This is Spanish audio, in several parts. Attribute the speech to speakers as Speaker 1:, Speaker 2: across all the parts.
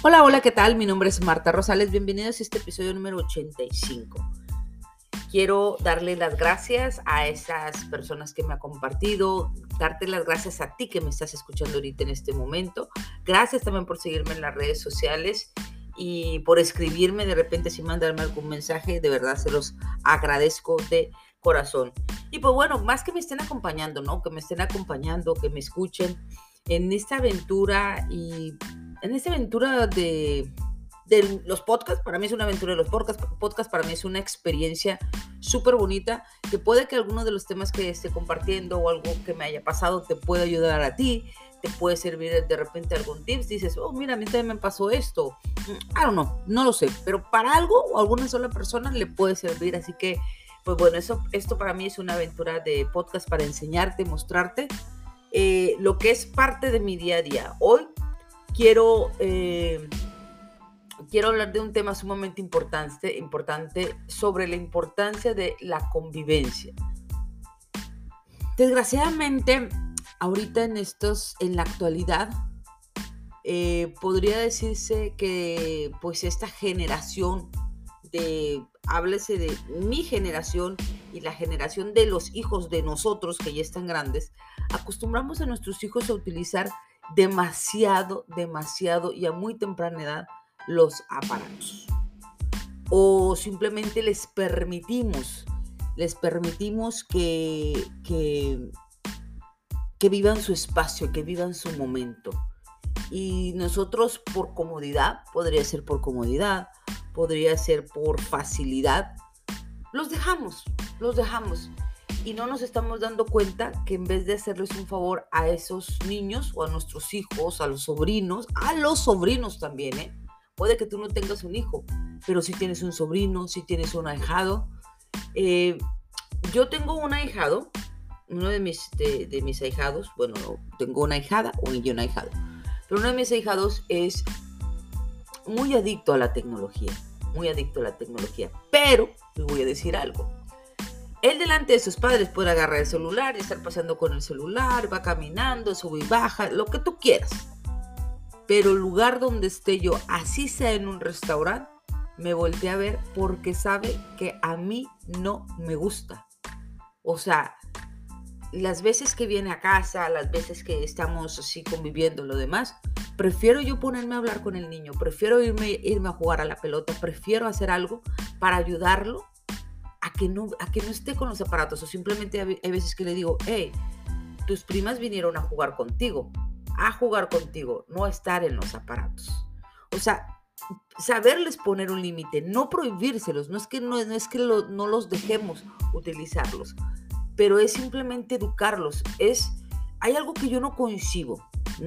Speaker 1: Hola, hola, ¿qué tal? Mi nombre es Marta Rosales. Bienvenidos a este episodio número 85. Quiero darle las gracias a esas personas que me han compartido, darte las gracias a ti que me estás escuchando ahorita en este momento. Gracias también por seguirme en las redes sociales y por escribirme de repente sin mandarme algún mensaje. De verdad se los agradezco de corazón. Y pues bueno, más que me estén acompañando, ¿no? Que me estén acompañando, que me escuchen en esta aventura de los podcasts. Para mí es una aventura de los podcasts, para mí es una experiencia súper bonita, que puede que alguno de los temas que esté compartiendo o algo que me haya pasado te pueda ayudar a ti, te puede servir de repente algún tips, dices, oh mira, a mí también me pasó esto, I don't know, no lo sé, pero para algo o alguna sola persona le puede servir, así que pues bueno, esto para mí es una aventura de podcast para enseñarte, mostrarte lo que es parte de mi día a día. Hoy quiero hablar de un tema sumamente importante sobre la importancia de la convivencia. Desgraciadamente, ahorita en la actualidad, podría decirse que pues esta generación háblese de mi generación y la generación de los hijos de nosotros que ya están grandes, acostumbramos a nuestros hijos a utilizar demasiado y a muy temprana edad los aparatos. O simplemente les permitimos que vivan su espacio, que vivan su momento. Y nosotros podría ser por facilidad, los dejamos. Y no nos estamos dando cuenta que en vez de hacerles un favor a esos niños o a nuestros hijos, a los sobrinos también, puede que tú no tengas un hijo, pero si tienes un sobrino, si tienes un ahijado. Yo tengo un ahijado, uno de mis ahijados, bueno, tengo una ahijada y un ahijado, pero uno de mis ahijados es muy adicto a la tecnología, pero les voy a decir algo. Él delante de sus padres puede agarrar el celular y estar paseando con el celular, va caminando, sube y baja, lo que tú quieras. Pero el lugar donde esté yo, así sea en un restaurante, me volteé a ver porque sabe que a mí no me gusta. O sea, las veces que viene a casa, las veces que estamos así conviviendo, lo demás, prefiero yo ponerme a hablar con el niño, prefiero irme a jugar a la pelota, prefiero hacer algo para ayudarlo a que no esté con los aparatos. O simplemente hay veces que le digo, hey, tus primas vinieron a jugar contigo, no a estar en los aparatos. O sea, saberles poner un límite, no prohibírselos, no es que no los dejemos utilizarlos, pero es simplemente educarlos. Hay algo que yo no concibo y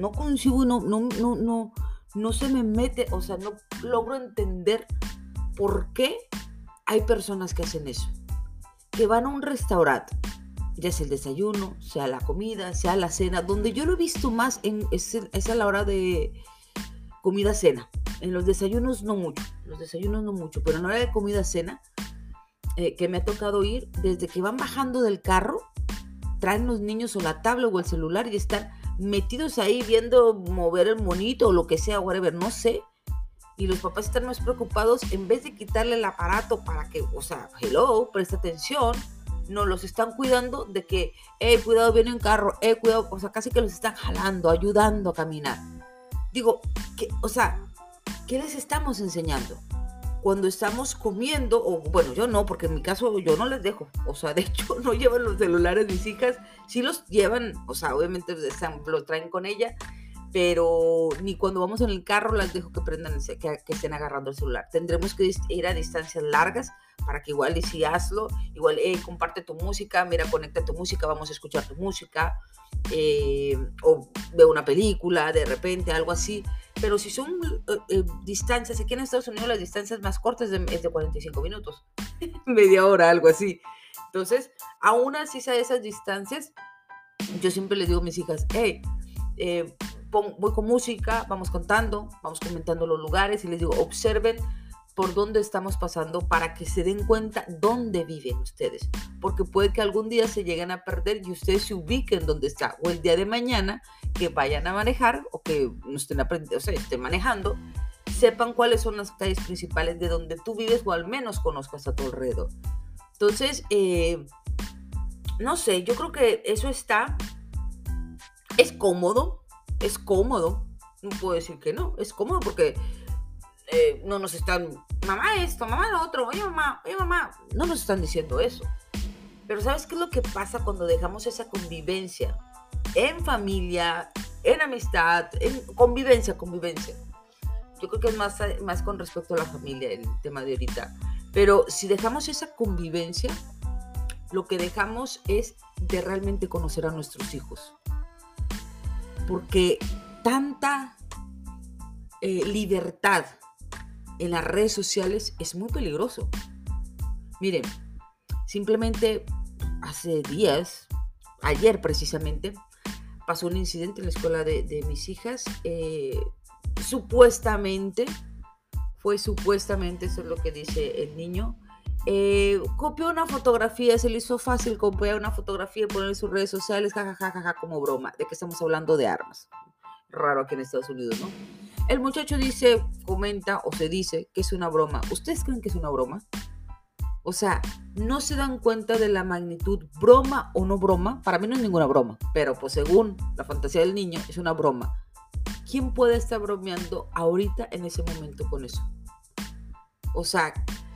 Speaker 1: no se me mete, o sea, no logro entender por qué hay personas que hacen eso, que van a un restaurante, ya sea el desayuno, sea la comida, sea la cena, donde yo lo he visto más es a la hora de comida-cena. En los desayunos no mucho, pero en la hora de comida-cena, que me ha tocado ir, desde que van bajando del carro, traen los niños o la tablet o el celular y están metidos ahí viendo mover el monito o lo que sea, whatever, no sé. Y los papás están más preocupados, en vez de quitarle el aparato para que, o sea, hello, presta atención, no, los están cuidando de que, cuidado, viene un carro, cuidado, o sea, casi que los están jalando, ayudando a caminar. Digo, ¿qué les estamos enseñando? Cuando estamos comiendo, o bueno, yo no, porque en mi caso yo no les dejo, o sea, de hecho no llevan los celulares mis hijas, sí los llevan, o sea, obviamente los traen con ella, pero ni cuando vamos en el carro las dejo que estén agarrando el celular. Tendremos que ir a distancias largas para que igual, y si hazlo, igual, comparte tu música, mira, conecta tu música, vamos a escuchar tu música, o ve una película, de repente, algo así. Pero si son distancias, aquí en Estados Unidos las distancias más cortas es de 45 minutos, media hora, algo así. Entonces, aún así a esas distancias, yo siempre les digo a mis hijas, voy con música, vamos cantando, vamos comentando los lugares y les digo, observen por dónde estamos pasando para que se den cuenta dónde viven ustedes, porque puede que algún día se lleguen a perder y ustedes se ubiquen donde está, o el día de mañana que vayan a manejar o que no estén manejando, sepan cuáles son las calles principales de donde tú vives o al menos conozcas a tu alrededor. Entonces, no sé, yo creo que eso es cómodo, no puedo decir que no, es cómodo porque no nos están, mamá esto, mamá lo otro, oye mamá, no nos están diciendo eso. Pero ¿sabes qué es lo que pasa cuando dejamos esa convivencia en familia, en amistad, en convivencia? Yo creo que es más con respecto a la familia el tema de ahorita. Pero si dejamos esa convivencia, lo que dejamos es de realmente conocer a nuestros hijos. Porque tanta libertad en las redes sociales es muy peligroso. Miren, simplemente hace días, ayer precisamente, pasó un incidente en la escuela de mis hijas. Supuestamente, eso es lo que dice el niño. Copió una fotografía, se le hizo fácil copiar una fotografía y ponerla en sus redes sociales, jajajaja, como broma, de que estamos hablando de armas. Raro aquí en Estados Unidos, ¿no? El muchacho comenta o se dice que es una broma. ¿Ustedes creen que es una broma? O sea, no se dan cuenta de la magnitud, broma o no broma. Para mí no es ninguna broma, pero pues según la fantasía del niño es una broma. ¿Quién puede estar bromeando ahorita en ese momento con eso? O sea,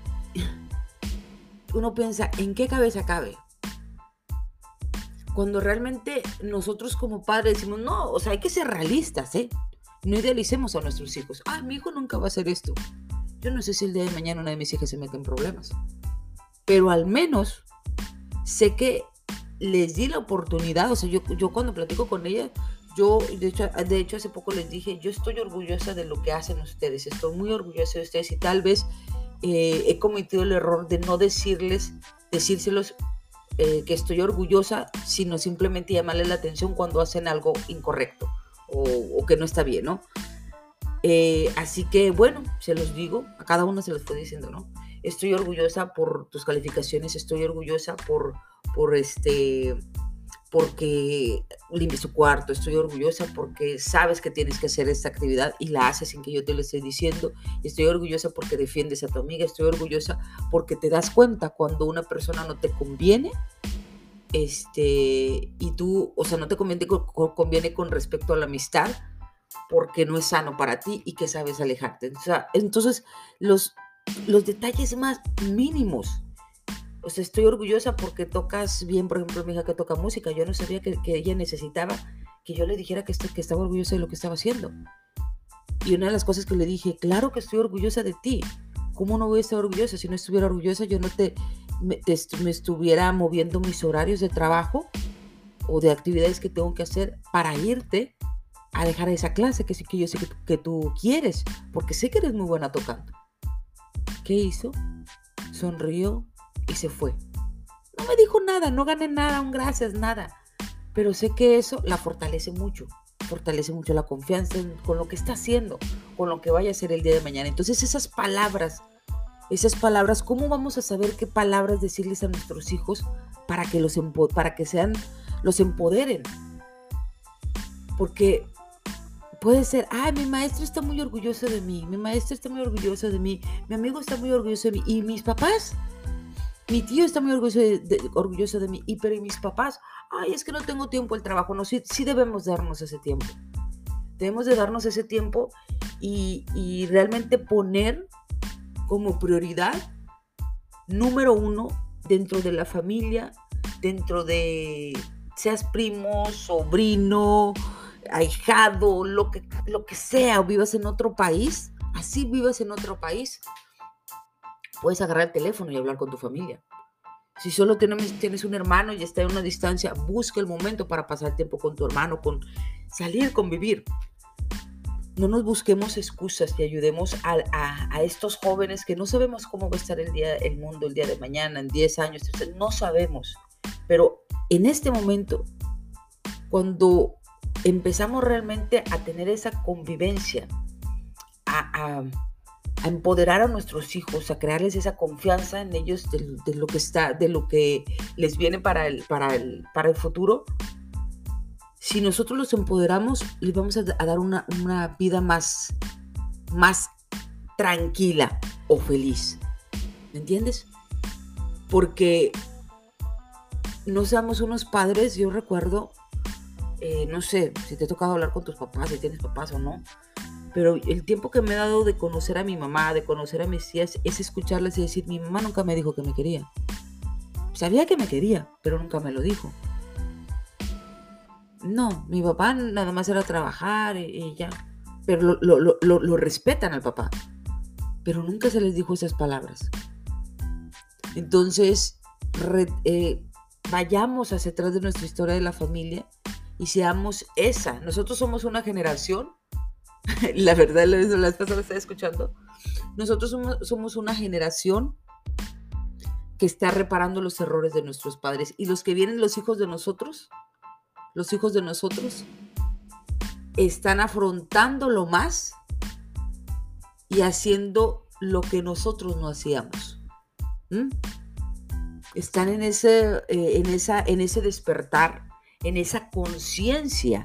Speaker 1: uno piensa, ¿en qué cabeza cabe? Cuando realmente nosotros como padres decimos, no, o sea, hay que ser realistas, ¿eh? No idealicemos a nuestros hijos. Mi hijo nunca va a hacer esto. Yo no sé si el día de mañana una de mis hijas se mete en problemas. Pero al menos sé que les di la oportunidad. O sea, yo cuando platico con ella, yo de hecho hace poco les dije, yo estoy orgullosa de lo que hacen ustedes. Estoy muy orgullosa de ustedes y tal vez he cometido el error de no decírselos que estoy orgullosa, sino simplemente llamarles la atención cuando hacen algo incorrecto o que no está bien, ¿no? Así que, bueno, se los digo, a cada uno se los fue diciendo, ¿no? Estoy orgullosa por tus calificaciones, estoy orgullosa porque limpies tu cuarto, estoy orgullosa porque sabes que tienes que hacer esta actividad y la haces sin que yo te lo esté diciendo, estoy orgullosa porque defiendes a tu amiga, estoy orgullosa porque te das cuenta cuando una persona no te conviene, y tú, o sea, no te conviene con respecto a la amistad, porque no es sano para ti y que sabes alejarte. O sea, entonces, los detalles más mínimos. O sea, estoy orgullosa porque tocas bien, por ejemplo, mi hija que toca música. Yo no sabía que ella necesitaba que yo le dijera que estaba orgullosa de lo que estaba haciendo. Y una de las cosas que le dije, claro que estoy orgullosa de ti. ¿Cómo no voy a estar orgullosa? Si no estuviera orgullosa, yo no me estuviera moviendo mis horarios de trabajo o de actividades que tengo que hacer para irte a dejar esa clase que sí que yo sé que tú quieres, porque sé que eres muy buena tocando. ¿Qué hizo? Sonrió y se fue. No me dijo nada, no gané nada, un gracias, nada. Pero sé que eso la fortalece mucho la confianza con lo que está haciendo, con lo que vaya a hacer el día de mañana. Entonces esas palabras, ¿cómo vamos a saber qué palabras decirles a nuestros hijos para que los empoderen? Porque puede ser, mi maestro está muy orgulloso de mí, mi maestro está muy orgulloso de mí, mi amigo está muy orgulloso de mí, y mis papás, mi tío está muy orgulloso de mí, pero ¿y mis papás? Es que no tengo tiempo al trabajo. No, sí debemos darnos ese tiempo. Debemos de darnos ese tiempo y realmente poner como prioridad número 1 dentro de la familia, dentro de, seas primo, sobrino, ahijado, lo que sea, o vivas en otro país, así vivas en otro país, puedes agarrar el teléfono y hablar con tu familia. Si solo tienes un hermano y está en una distancia, busca el momento para pasar tiempo con tu hermano, con salir, convivir. No nos busquemos excusas y ayudemos a estos jóvenes que no sabemos cómo va a estar el mundo el día de mañana, en 10 años, no sabemos. Pero en este momento, cuando empezamos realmente a tener esa convivencia, a empoderar a nuestros hijos, a crearles esa confianza en ellos de lo que les viene para el futuro. Si nosotros los empoderamos, les vamos a dar una vida más tranquila o feliz. ¿Me entiendes? Porque no seamos unos padres, yo recuerdo, no sé si te ha tocado hablar con tus papás, si tienes papás o no, pero el tiempo que me he dado de conocer a mi mamá, de conocer a mis tías, es escucharles y decir, mi mamá nunca me dijo que me quería. Sabía que me quería, pero nunca me lo dijo. No, mi papá nada más era trabajar y ya. Pero lo respetan al papá. Pero nunca se les dijo esas palabras. Entonces, vayamos hacia atrás de nuestra historia de la familia y seamos esa. Nosotros somos una generación, la verdad, la vez pasada estaba escuchando, nosotros somos una generación que está reparando los errores de nuestros padres. Y los que vienen, los hijos de nosotros, están afrontándolo más y haciendo lo que nosotros no hacíamos. Están en ese despertar, en esa conciencia,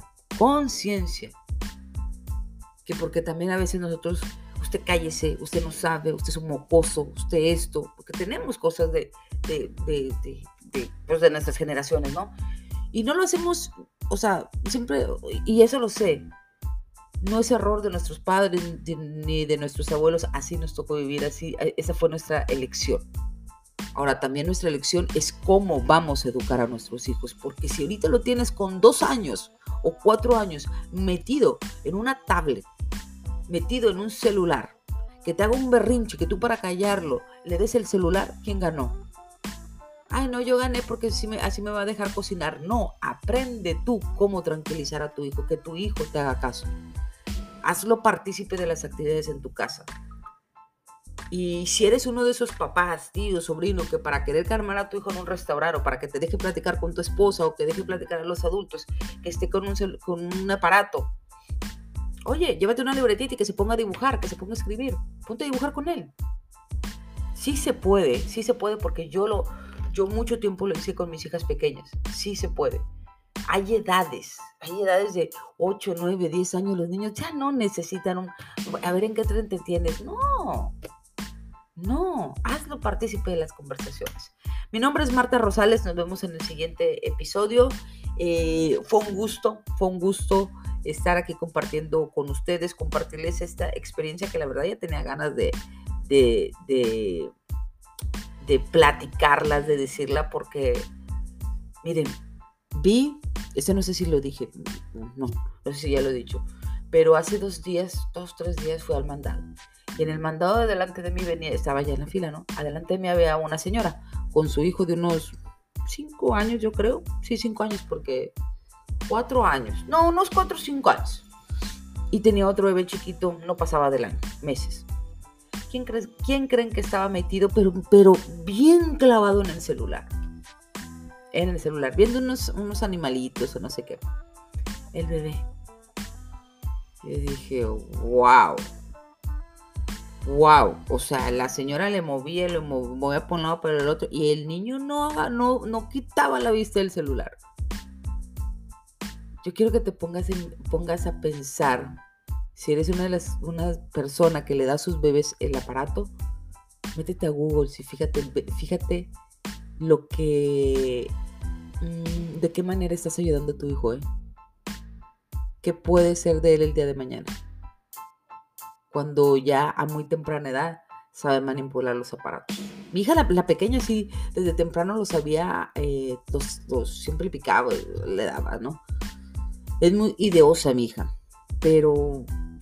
Speaker 1: que porque también a veces nosotros, usted cállese, usted no sabe, usted es un mocoso, usted esto, porque tenemos cosas de nuestras generaciones, ¿no? Y no lo hacemos, o sea, siempre, y eso lo sé, no es error de nuestros padres ni de nuestros abuelos, así nos tocó vivir, así, esa fue nuestra elección. Ahora, también nuestra elección es cómo vamos a educar a nuestros hijos, porque si ahorita lo tienes con 2 años o 4 años metido en una tablet, metido en un celular, que te haga un berrinche, que tú para callarlo le des el celular, ¿quién ganó? Ay, no, yo gané porque así me va a dejar cocinar. No, aprende tú cómo tranquilizar a tu hijo, que tu hijo te haga caso. Hazlo partícipe de las actividades en tu casa. Y si eres uno de esos papás, tío, sobrino, que para querer calmar a tu hijo en un restaurante o para que te deje platicar con tu esposa o que deje platicar a los adultos, que esté con un aparato, oye, llévate una libretita y que se ponga a dibujar, que se ponga a escribir. Ponte a dibujar con él. Sí se puede porque yo mucho tiempo lo hice con mis hijas pequeñas. Sí se puede. Hay edades de 8, 9, 10 años. Los niños ya no necesitan a ver en qué tren te tienes. No, hazlo partícipe de las conversaciones. Mi nombre es Marta Rosales, nos vemos en el siguiente episodio. Fue un gusto estar aquí compartiendo con ustedes, compartirles esta experiencia que la verdad ya tenía ganas de platicarlas, de decirla, porque miren, no sé si lo dije, no sé si ya lo he dicho, pero hace 2, 3 días fui al mandado. Y en el mandado de delante de mí estaba ya en la fila, ¿no? Adelante de mí había una señora con su hijo de unos 5 años, yo creo. Sí, 5 años, porque 4 años. No, unos 4 o 5 años. Y tenía otro bebé chiquito, no pasaba del año, meses. ¿Quién creen que estaba metido, pero bien clavado en el celular? Viendo unos animalitos o no sé qué. El bebé. Yo dije, wow, o sea, la señora le movía por un lado para el otro y el niño no quitaba la vista del celular. Yo quiero que te pongas a pensar, si eres una persona que le da a sus bebés el aparato, métete a Google, fíjate de qué manera estás ayudando a tu hijo, ¿Qué puede ser de él el día de mañana? Cuando ya a muy temprana edad sabe manipular los aparatos. Mi hija, la pequeña, sí, desde temprano lo sabía, siempre picaba, le daba, ¿no? Es muy ideosa mi hija, pero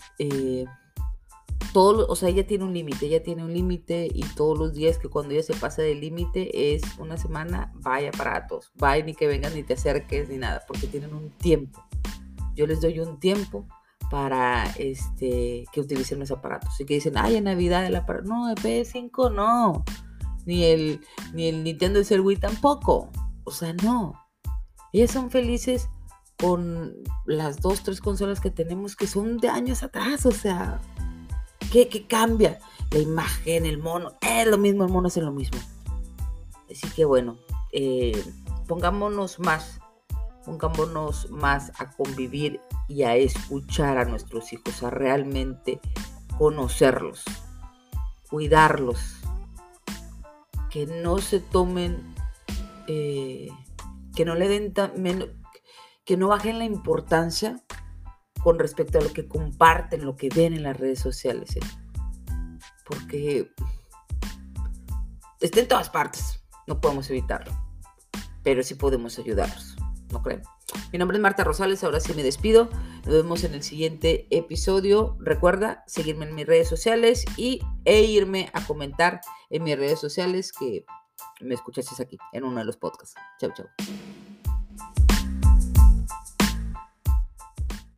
Speaker 1: ella tiene un límite y todos los días que cuando ella se pasa del límite es una semana, vaya aparatos, vaya ni que vengas ni te acerques ni nada, porque tienen un tiempo. Yo les doy un tiempo para que utilicen los aparatos. Y que dicen, ay, en Navidad el aparato. No, el PS5 no. Ni el Nintendo y el Wii tampoco. O sea, no. Ellas son felices con las 2, 3 consolas que tenemos que son de años atrás. O sea, ¿qué cambia? La imagen, el mono. Es lo mismo, el mono es lo mismo. Así que bueno, pongámonos más a convivir y a escuchar a nuestros hijos, a realmente conocerlos, cuidarlos, que no se tomen, que no le den que no bajen la importancia con respecto a lo que comparten, lo que ven en las redes sociales, porque está en todas partes, no podemos evitarlo, pero sí podemos ayudarlos, ¿no creen? Mi nombre es Marta Rosales, ahora sí me despido. Nos vemos en el siguiente episodio. Recuerda seguirme en mis redes sociales e irme a comentar en mis redes sociales que me escuchaste aquí en uno de los podcasts. Chau, chau.